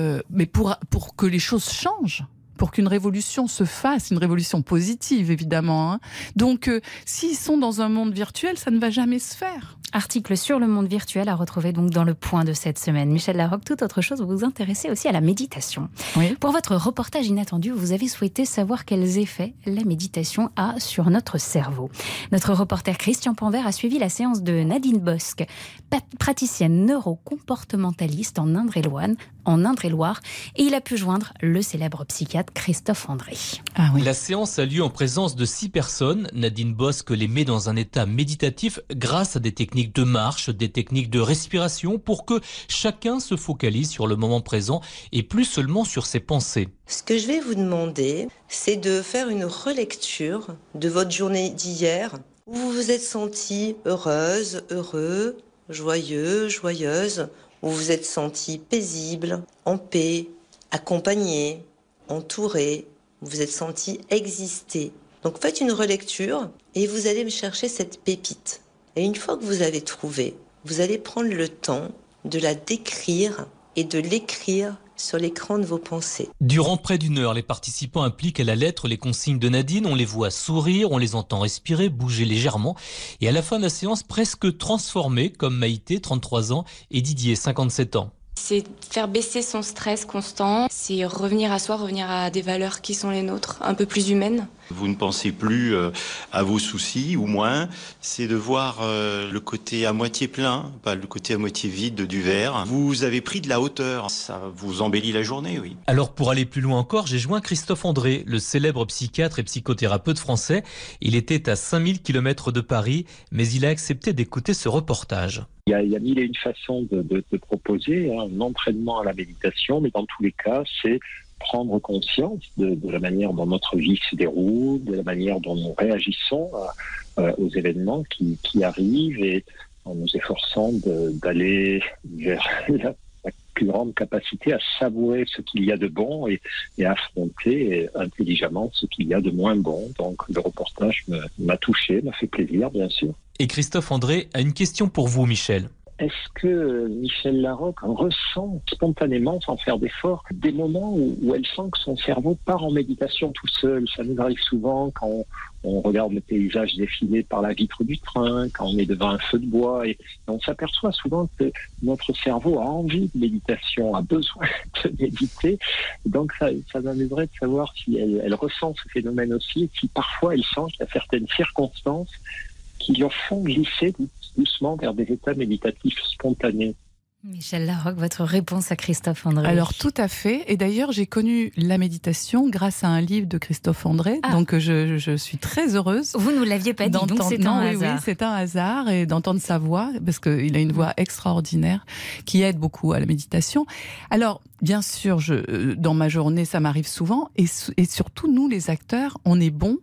que les choses changent. Pour qu'une révolution se fasse, une révolution positive, évidemment. Donc, s'ils sont dans un monde virtuel, ça ne va jamais se faire. Article sur le monde virtuel à retrouver donc dans le Point de cette semaine. Michel Larocque, toute autre chose, vous vous intéressez aussi à la méditation. Oui. Pour votre reportage inattendu, vous avez souhaité savoir quels effets la méditation a sur notre cerveau. Notre reporter Christian Panvert a suivi la séance de Nadine Bosque, praticienne neurocomportementaliste en Indre-et-Loire, et il a pu joindre le célèbre psychiatre Christophe André. Ah oui. La séance a lieu en présence de 6 personnes. Nadine Bosque les met dans un état méditatif grâce à des techniques de marche, des techniques de respiration pour que chacun se focalise sur le moment présent et plus seulement sur ses pensées. Ce que je vais vous demander, c'est de faire une relecture de votre journée d'hier où vous vous êtes senti heureuse, heureux, joyeux, joyeuse, où vous vous êtes senti paisible, en paix, accompagné, entouré, où vous vous êtes senti exister. Donc faites une relecture et vous allez me chercher cette pépite. Et une fois que vous avez trouvé, vous allez prendre le temps de la décrire et de l'écrire sur l'écran de vos pensées. Durant près d'1 heure, les participants appliquent à la lettre les consignes de Nadine. On les voit sourire, on les entend respirer, bouger légèrement. Et à la fin de la séance, presque transformés, comme Maïté, 33 ans, et Didier, 57 ans. C'est faire baisser son stress constant, c'est revenir à soi, revenir à des valeurs qui sont les nôtres, un peu plus humaines. Vous ne pensez plus à vos soucis, ou moins. C'est de voir le côté à moitié plein, pas le côté à moitié vide du verre. Vous avez pris de la hauteur, ça vous embellit la journée, oui. Alors pour aller plus loin encore, j'ai joint Christophe André, le célèbre psychiatre et psychothérapeute français. Il était à 5000 km de Paris, mais il a accepté d'écouter ce reportage. Il y a 1001 façons de proposer un entraînement à la méditation, mais dans tous les cas, c'est prendre conscience de la manière dont notre vie se déroule, de la manière dont nous réagissons aux événements qui arrivent, et en nous efforçant d'aller vers la plus grande capacité à savourer ce qu'il y a de bon et à affronter intelligemment ce qu'il y a de moins bon. Donc le reportage m'a touché, m'a fait plaisir, bien sûr. Et Christophe André a une question pour vous, Michel. Est-ce que Michel Larocque ressent spontanément, sans faire d'effort, des moments où elle sent que son cerveau part en méditation tout seul? Ça nous arrive souvent quand on regarde le paysage défiler par la vitre du train, quand on est devant un feu de bois, et on s'aperçoit souvent que notre cerveau a envie de méditation, a besoin de méditer. Donc ça m'amuserait de savoir si elle ressent ce phénomène aussi, et si parfois elle sent qu'il y a certaines circonstances qui leur font glisser doucement vers des états méditatifs spontanés. Michel Larocque, votre réponse à Christophe André. Alors tout à fait, et d'ailleurs j'ai connu la méditation grâce à un livre de Christophe André, donc je suis très heureuse. Vous ne nous l'aviez pas dit, donc c'est un hasard. Oui, c'est un hasard, et d'entendre sa voix, parce qu'il a une voix extraordinaire qui aide beaucoup à la méditation. Alors bien sûr, dans ma journée ça m'arrive souvent, et surtout nous les acteurs, on est bons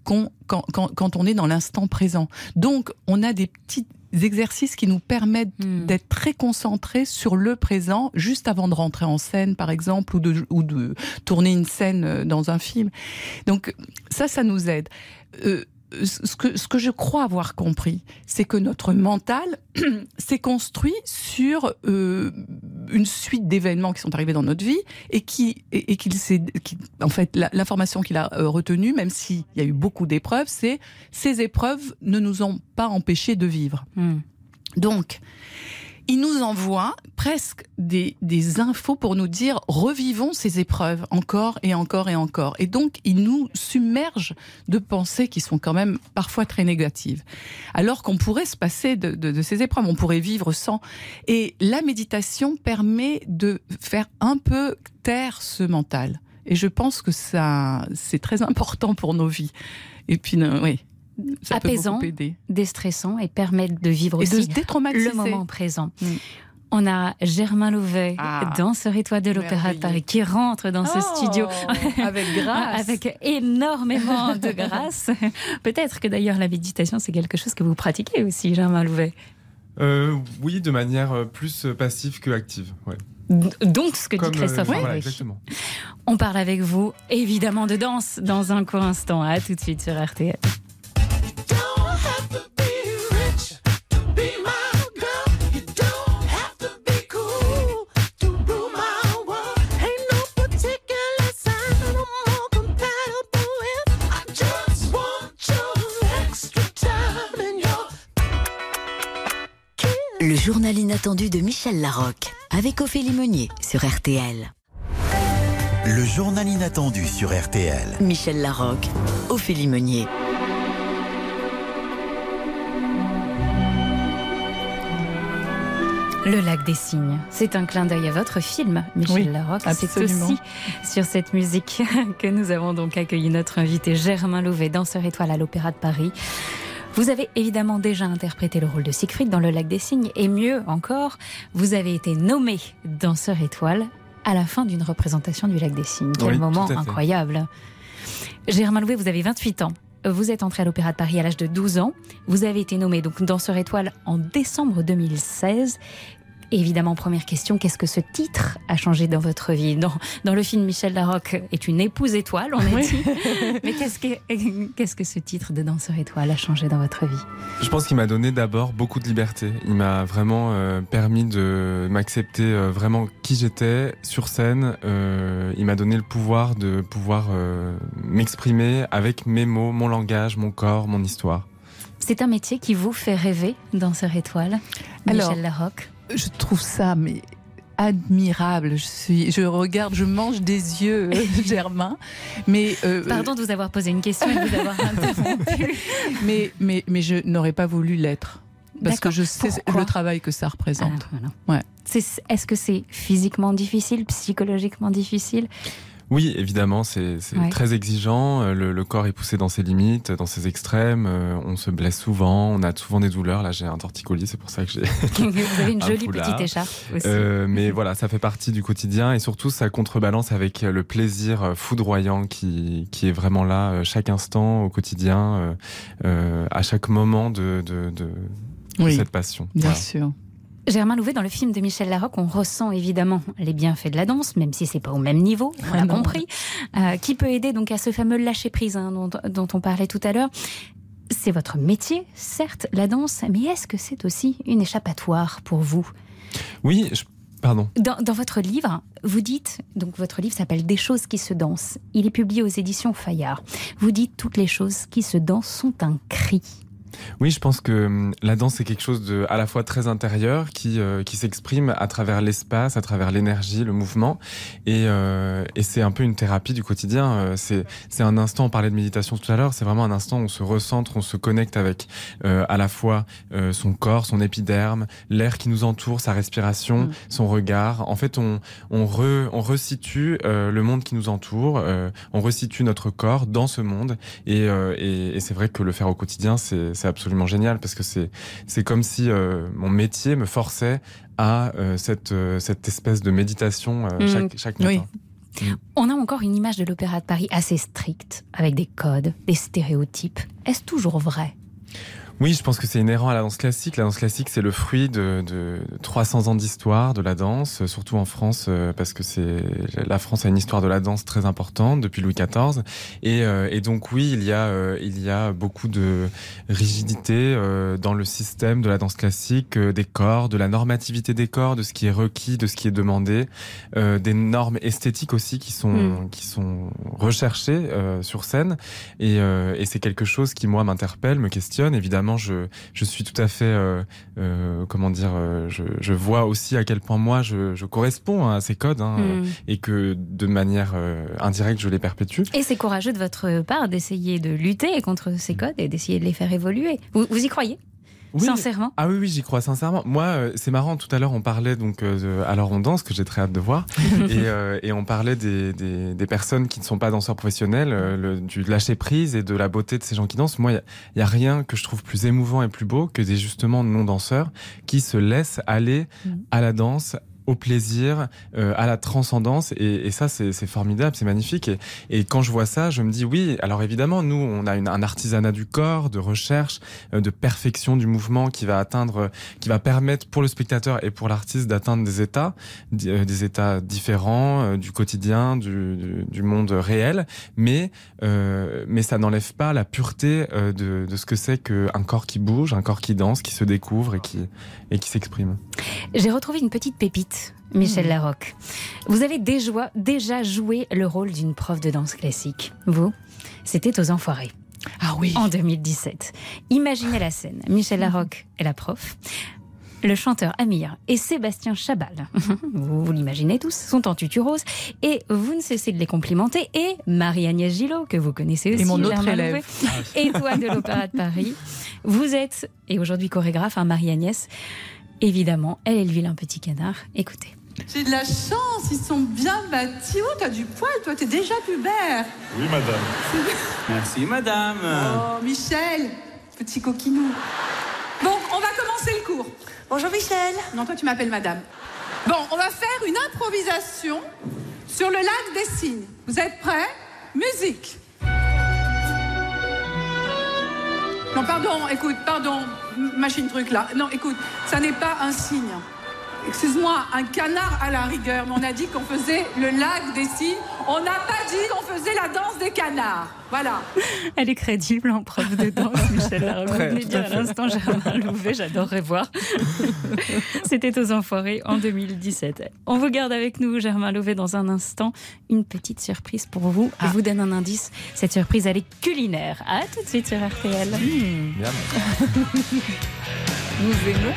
quand on est dans l'instant présent. Donc on a des petits exercices qui nous permettent d'être très concentrés sur le présent, juste avant de rentrer en scène, par exemple, ou de tourner une scène dans un film. Donc ça nous aide. ce que je crois avoir compris, c'est que notre mental s'est construit sur une suite d'événements qui sont arrivés dans notre vie en fait, l'information qu'il a retenue, même s'il y a eu beaucoup d'épreuves, c'est ces épreuves ne nous ont pas empêchés de vivre. Donc, il nous envoie presque des infos pour nous dire revivons ces épreuves encore et encore et encore. Et donc, il nous submerge de pensées qui sont quand même parfois très négatives. Alors qu'on pourrait se passer de ces épreuves, on pourrait vivre sans. Et la méditation permet de faire un peu taire ce mental. Et je pense que ça, c'est très important pour nos vies. Et puis, oui. Ça apaisant, déstressant et permettre de vivre aussi le moment présent. On a Germain Louvet, danseur étoile de l'Opéra de Paris, qui rentre dans ce studio avec grâce, avec énormément de grâce. Peut-être que d'ailleurs la méditation, c'est quelque chose que vous pratiquez aussi, Germain Louvet. Oui, de manière plus passive que active. Ouais. Donc, ce que dit Christophe. Voilà, exactement. On parle avec vous, évidemment, de danse dans un court instant. À tout de suite sur RTL. Le journal inattendu de Michel Larocque, avec Ophélie Meunier sur RTL. Le journal inattendu sur RTL. Michel Larocque, Ophélie Meunier. Le lac des cygnes, c'est un clin d'œil à votre film, Michel Larocque. C'est aussi sur cette musique que nous avons donc accueilli notre invité Germain Louvet, danseur étoile à l'Opéra de Paris. Vous avez évidemment déjà interprété le rôle de Siegfried dans Le Lac des Cygnes, et mieux encore, vous avez été nommé danseur étoile à la fin d'une représentation du Lac des Cygnes. Quel moment incroyable. Germain Louvet, vous avez 28 ans. Vous êtes entré à l'Opéra de Paris à l'âge de 12 ans. Vous avez été nommé donc danseur étoile en décembre 2016. Évidemment, première question, qu'est-ce que ce titre a changé dans votre vie ? Dans le film, Michel Larocque est une épouse étoile, on a dit. Mais qu'est-ce que ce titre de danseur étoile a changé dans votre vie ? Je pense qu'il m'a donné d'abord beaucoup de liberté. Il m'a vraiment permis de m'accepter vraiment qui j'étais sur scène. Il m'a donné le pouvoir de pouvoir m'exprimer avec mes mots, mon langage, mon corps, mon histoire. C'est un métier qui vous fait rêver, danseur étoile, Michel Larocque ? Je trouve ça admirable. Je regarde, je mange des yeux, Germain. Mais pardon de vous avoir posé une question et de vous avoir interrompu. mais je n'aurais pas voulu l'être. Parce que je sais le travail que ça représente. Voilà. Est-ce que c'est physiquement difficile, psychologiquement difficile ? Oui, évidemment, c'est très exigeant. Le corps est poussé dans ses limites, dans ses extrêmes. On se blesse souvent, on a souvent des douleurs. Là, j'ai un torticolis, c'est pour ça que j'ai Vous avez une jolie petite écharpe aussi. Mais voilà, ça fait partie du quotidien et surtout, ça contrebalance avec le plaisir foudroyant qui est vraiment là chaque instant au quotidien, à chaque moment de cette passion. Bien sûr. Germain Louvet, dans le film de Michel Larocque, on ressent évidemment les bienfaits de la danse, même si c'est pas au même niveau, on l'a compris, qui peut aider donc à ce fameux lâcher-prise dont on parlait tout à l'heure. C'est votre métier, certes, la danse, mais est-ce que c'est aussi une échappatoire pour vous ? Oui, pardon. Dans votre livre, vous dites, donc votre livre s'appelle « Des choses qui se dansent ». Il est publié aux éditions Fayard. Vous dites « Toutes les choses qui se dansent sont un cri ». Oui, je pense que la danse c'est quelque chose de à la fois très intérieur qui s'exprime à travers l'espace, à travers l'énergie, le mouvement, et c'est un peu une thérapie du quotidien. C'est un instant. On parlait de méditation tout à l'heure. C'est vraiment un instant où on se recentre, on se connecte avec à la fois son corps, son épiderme, l'air qui nous entoure, sa respiration, son regard. En fait, on resitue le monde qui nous entoure. On resitue notre corps dans ce monde, et c'est vrai que le faire au quotidien, c'est absolument génial parce que c'est comme si mon métier me forçait à cette espèce de méditation chaque matin. Oui. On a encore une image de l'Opéra de Paris assez stricte, avec des codes, des stéréotypes. Est-ce toujours vrai ? Oui, je pense que c'est inhérent à la danse classique. La danse classique, c'est le fruit de 300 ans d'histoire de la danse, surtout en France, parce que la France a une histoire de la danse très importante depuis Louis XIV. Et donc oui, il y a beaucoup de rigidité dans le système de la danse classique, des corps, de la normativité des corps, de ce qui est requis, de ce qui est demandé, des normes esthétiques aussi qui sont recherchées sur scène. Et c'est quelque chose qui moi m'interpelle, me questionne. Évidemment, je suis tout à fait, je vois aussi à quel point moi je corresponds à ces codes et que de manière indirecte je les perpétue. Et c'est courageux de votre part d'essayer de lutter contre ces codes et d'essayer de les faire évoluer. Vous y croyez ? Oui. Sincèrement ? Ah oui, j'y crois sincèrement. Moi, c'est marrant, tout à l'heure on parlait donc Alors on danse, que j'ai très hâte de voir, et on parlait des personnes qui ne sont pas danseurs professionnels, du lâcher prise et de la beauté de ces gens qui dansent. Moi, il y a rien que je trouve plus émouvant et plus beau que des justement non-danseurs qui se laissent aller à la danse, au plaisir, à la transcendance, et ça c'est formidable, c'est magnifique, et quand je vois ça, je me dis oui, alors évidemment nous on a un artisanat du corps, de recherche, de perfection du mouvement qui va permettre pour le spectateur et pour l'artiste d'atteindre des états différents du quotidien, du monde réel, mais ça n'enlève pas la pureté de ce que c'est qu'un corps qui bouge, un corps qui danse, qui se découvre et qui s'exprime. J'ai retrouvé une petite pépite, Michel Larocque. Vous avez déjà joué le rôle d'une prof de danse classique. Vous, c'était aux Enfoirés. Ah oui. En 2017. Imaginez la scène. Michel Larocque est la prof. Le chanteur Amir et Sébastien Chabal, vous l'imaginez tous, sont en tutu rose et vous ne cessez de les complimenter. Et Marie-Agnès Gillot, que vous connaissez aussi, et mon autre élève, étoile de l'Opéra de Paris. Vous êtes, et aujourd'hui chorégraphe, Marie-Agnès. Évidemment, elle est le vilain petit canard. Écoutez. J'ai de la chance, ils sont bien bâtis. Oh, t'as du poil, toi, t'es déjà pubère. Oui, madame. Merci, madame. Oh, Michel, petit coquinou. Bon, on va commencer le cours. Bonjour Michel. Non, toi tu m'appelles madame. Bon, on va faire une improvisation sur le lac des Cygnes. Vous êtes prêts ? Musique. Non, pardon, machine truc là. Non, écoute, ça n'est pas un cygne. Excuse-moi, un canard à la rigueur. Mais on a dit qu'on faisait le lac des Cygnes. On n'a pas dit qu'on faisait la danse des canards. Voilà. Elle est crédible en prof de danse, Michel Larocque. Vous venez dire à l'instant Germain Louvet, j'adorerais voir. C'était aux Enfoirés en 2017. On vous garde avec nous, Germain Louvet, dans un instant. Une petite surprise pour vous. Je vous donne un indice. Cette surprise, elle est culinaire. À tout de suite sur RTL. Nous aimons.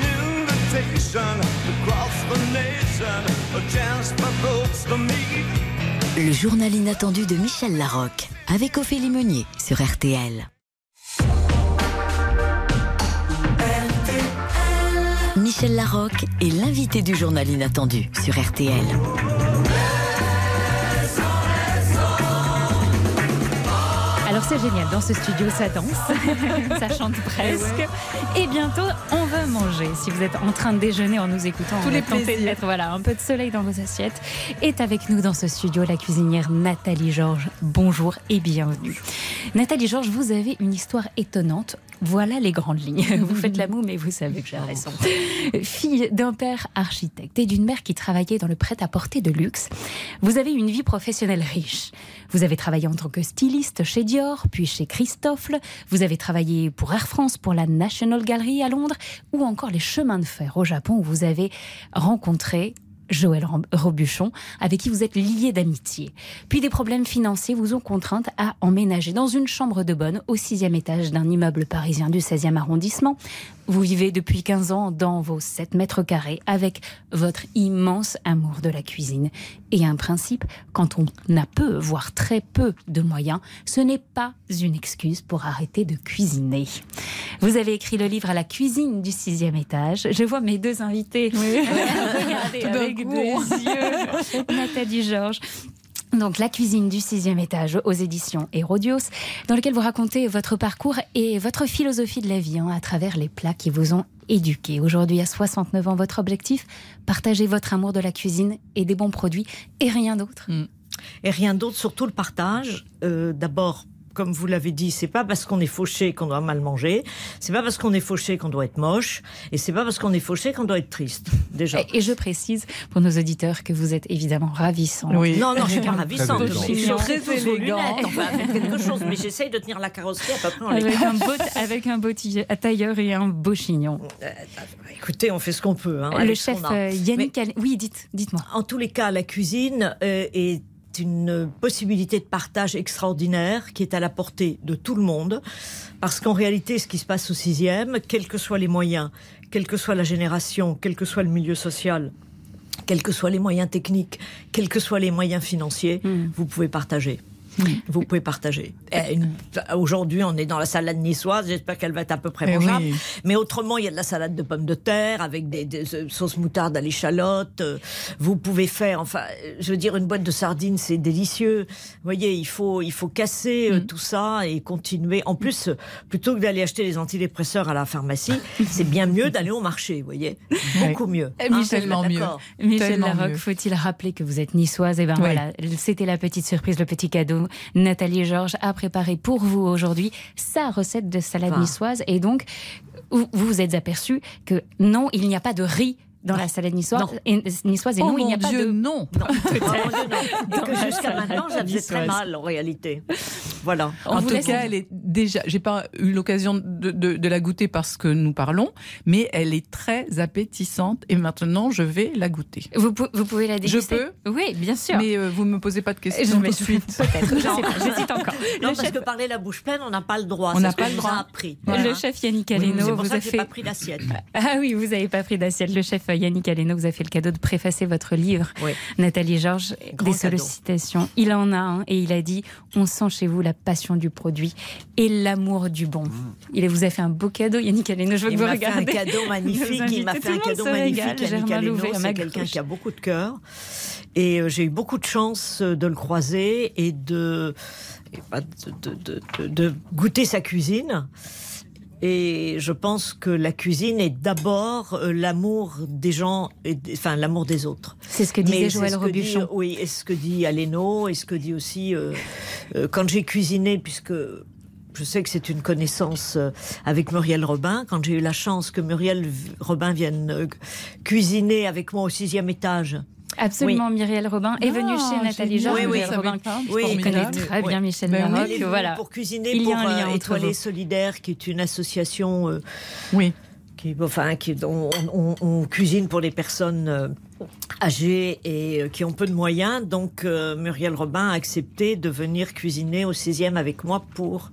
Le journal inattendu de Michel Larocque avec Ophélie Meunier sur RTL. Michel Larocque est l'invité du journal inattendu sur RTL. Alors c'est génial, dans ce studio ça danse, ça chante presque. Et bientôt on va manger. Si vous êtes en train de déjeuner en nous écoutant, tous les plaisirs. De mettre un peu de soleil dans vos assiettes. Est avec nous dans ce studio la cuisinière Nathalie Georges. Bonjour et bienvenue. Nathalie Georges, vous avez une histoire étonnante. Voilà les grandes lignes. Vous faites la moue, mais vous savez que j'ai raison. Fille d'un père architecte et d'une mère qui travaillait dans le prêt-à-porter de luxe, vous avez une vie professionnelle riche. Vous avez travaillé en tant que styliste chez Dior, puis chez Christofle. Vous avez travaillé pour Air France, pour la National Gallery à Londres, ou encore les chemins de fer au Japon, où vous avez rencontré Joël Robuchon, avec qui vous êtes lié d'amitié. Puis des problèmes financiers vous ont contrainte à emménager dans une chambre de bonne au 6e étage d'un immeuble parisien du 16e arrondissement. Vous vivez depuis 15 ans dans vos 7 mètres carrés avec votre immense amour de la cuisine. Et un principe, quand on a peu, voire très peu de moyens, ce n'est pas une excuse pour arrêter de cuisiner. Vous avez écrit le livre « À la cuisine du 6e étage ». Je vois mes deux invités regarder avec des yeux. Nathalie Georges. Donc, La cuisine du 6e étage aux éditions Hérodios, dans lequel vous racontez votre parcours et votre philosophie de la vie à travers les plats qui vous ont éduqué. Aujourd'hui, à 69 ans, votre objectif, partager votre amour de la cuisine et des bons produits et rien d'autre. Et rien d'autre, surtout le partage. D'abord, comme vous l'avez dit, c'est pas parce qu'on est fauché qu'on doit mal manger, c'est pas parce qu'on est fauché qu'on doit être moche, et c'est pas parce qu'on est fauché qu'on doit être triste, déjà. Et je précise pour nos auditeurs que vous êtes évidemment ravissante. Oui. Non, je suis pas ravissante, mais je suis très élégante. Avec quelque chose, mais j'essaye de tenir la carrosserie à peu près en l'état. Avec un beau tailleur et un beau chignon. Écoutez, on fait ce qu'on peut. Le chef Yannick... Oui, dites-moi. En tous les cas, la cuisine est une possibilité de partage extraordinaire qui est à la portée de tout le monde, parce qu'en réalité, ce qui se passe au 6e, quels que soient les moyens, quelle que soit la génération, quel que soit le milieu social, quels que soient les moyens techniques, quels que soient les moyens financiers, vous pouvez partager. Vous pouvez partager. Aujourd'hui, on est dans la salade niçoise. J'espère qu'elle va être à peu près mangeable. Oui. Mais autrement, il y a de la salade de pommes de terre avec des sauces moutarde à l'échalote. Vous pouvez faire, je veux dire, une boîte de sardines, c'est délicieux. Vous voyez, il faut casser tout ça et continuer. En plus, plutôt que d'aller acheter les antidépresseurs à la pharmacie, c'est bien mieux d'aller au marché, vous voyez. Beaucoup mieux. Tellement mieux. Michel Larocque, faut-il rappeler que vous êtes niçoise? Et ben voilà, c'était la petite surprise, le petit cadeau. Nathalie Georges a préparé pour vous aujourd'hui sa recette de salade niçoise. Et donc, vous vous êtes aperçu que non, il n'y a pas de riz dans la salade niçoise. Il n'y a pas de... Non. Jusqu'à maintenant, ça faisait très mal, en réalité. Voilà. En tout cas, elle est déjà... J'ai pas eu l'occasion de la goûter parce que nous parlons, mais elle est très appétissante et maintenant, je vais la goûter. Vous pouvez la déguster? Je peux? Oui, bien sûr. Mais vous ne me posez pas de questions tout de suite. Peut-être, je sais pas, j'hésite encore. Non, parce que parler la bouche pleine, on n'a pas le droit. On n'a pas le droit. Appris. Voilà. Le chef Yannick Aleno c'est pour vous ça a que j'ai fait... pas pris d'assiette. Ah oui, vous n'avez pas pris d'assiette. Le chef Yannick Aleno vous a fait le cadeau de préfacer votre livre. Oui. Nathalie Georges, des sollicitations. Il en a un et il a dit « On sent chez vous la passion du produit et l'amour du bon ». Il vous a fait un beau cadeau, Yannick Aleno. Je veux que vous regardez. Il m'a fait un cadeau magnifique. Il m'a fait un cadeau magnifique. Yannick Aleno, c'est quelqu'un qui a beaucoup de cœur. Et j'ai eu beaucoup de chance de le croiser et de goûter sa cuisine. Et je pense que la cuisine est d'abord l'amour des gens, l'amour des autres. C'est ce que disait Joël Robuchon. Oui, et ce que dit Aleno, et ce que dit aussi quand j'ai cuisiné, puisque je sais que c'est une connaissance avec Muriel Robin, quand j'ai eu la chance que Muriel Robin vienne cuisiner avec moi au 6e étage. Absolument, oui. Muriel Robin est venue chez Nathalie Georges. Muriel Robin, qui connaît très bien Michel Larocque. Voilà. Pour cuisiner pour Étoilé Solidaire, qui est une association dont on cuisine pour les personnes âgées et qui ont peu de moyens. Donc Muriel Robin a accepté de venir cuisiner au 6e avec moi pour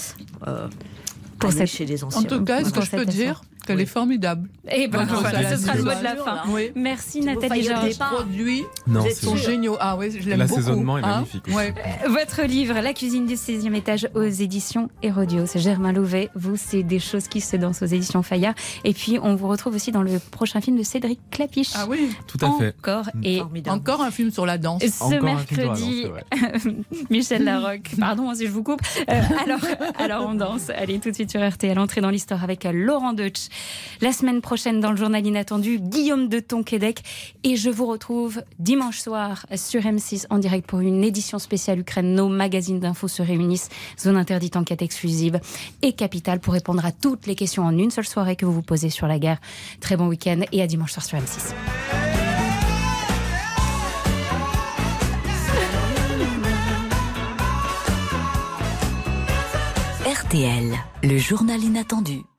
chez les anciens. En tout cas, est-ce que je peux dire qu'elle est formidable? Et ben voilà, ce sera le mot de la fin. Oui. Merci Nathalie Georges. Les produits sont géniaux. Ah oui, je l'aime beaucoup. L'assaisonnement est magnifique. Ouais. Votre livre, La cuisine du 6e étage, aux éditions Hérodios. C'est Germain Louvet. Vous, c'est des choses qui se dansent aux éditions Fayard. Et puis, on vous retrouve aussi dans le prochain film de Cédric Clapiche. Ah oui, tout à fait. Encore un film sur la danse. Ce mercredi, Michel Larocque. Pardon si je vous coupe. Alors on danse. Allez, tout de suite sur RTL. Entrée dans l'histoire avec Laurent Deutsch. La semaine prochaine, dans le journal inattendu, Guillaume de Tonquédec. Et je vous retrouve dimanche soir sur M6 en direct pour une édition spéciale Ukraine. Nos magazines d'infos se réunissent. Zone interdite, enquête exclusive et Capitale pour répondre à toutes les questions en une seule soirée que vous vous posez sur la guerre. Très bon week-end et à dimanche soir sur M6. RTL, le journal inattendu.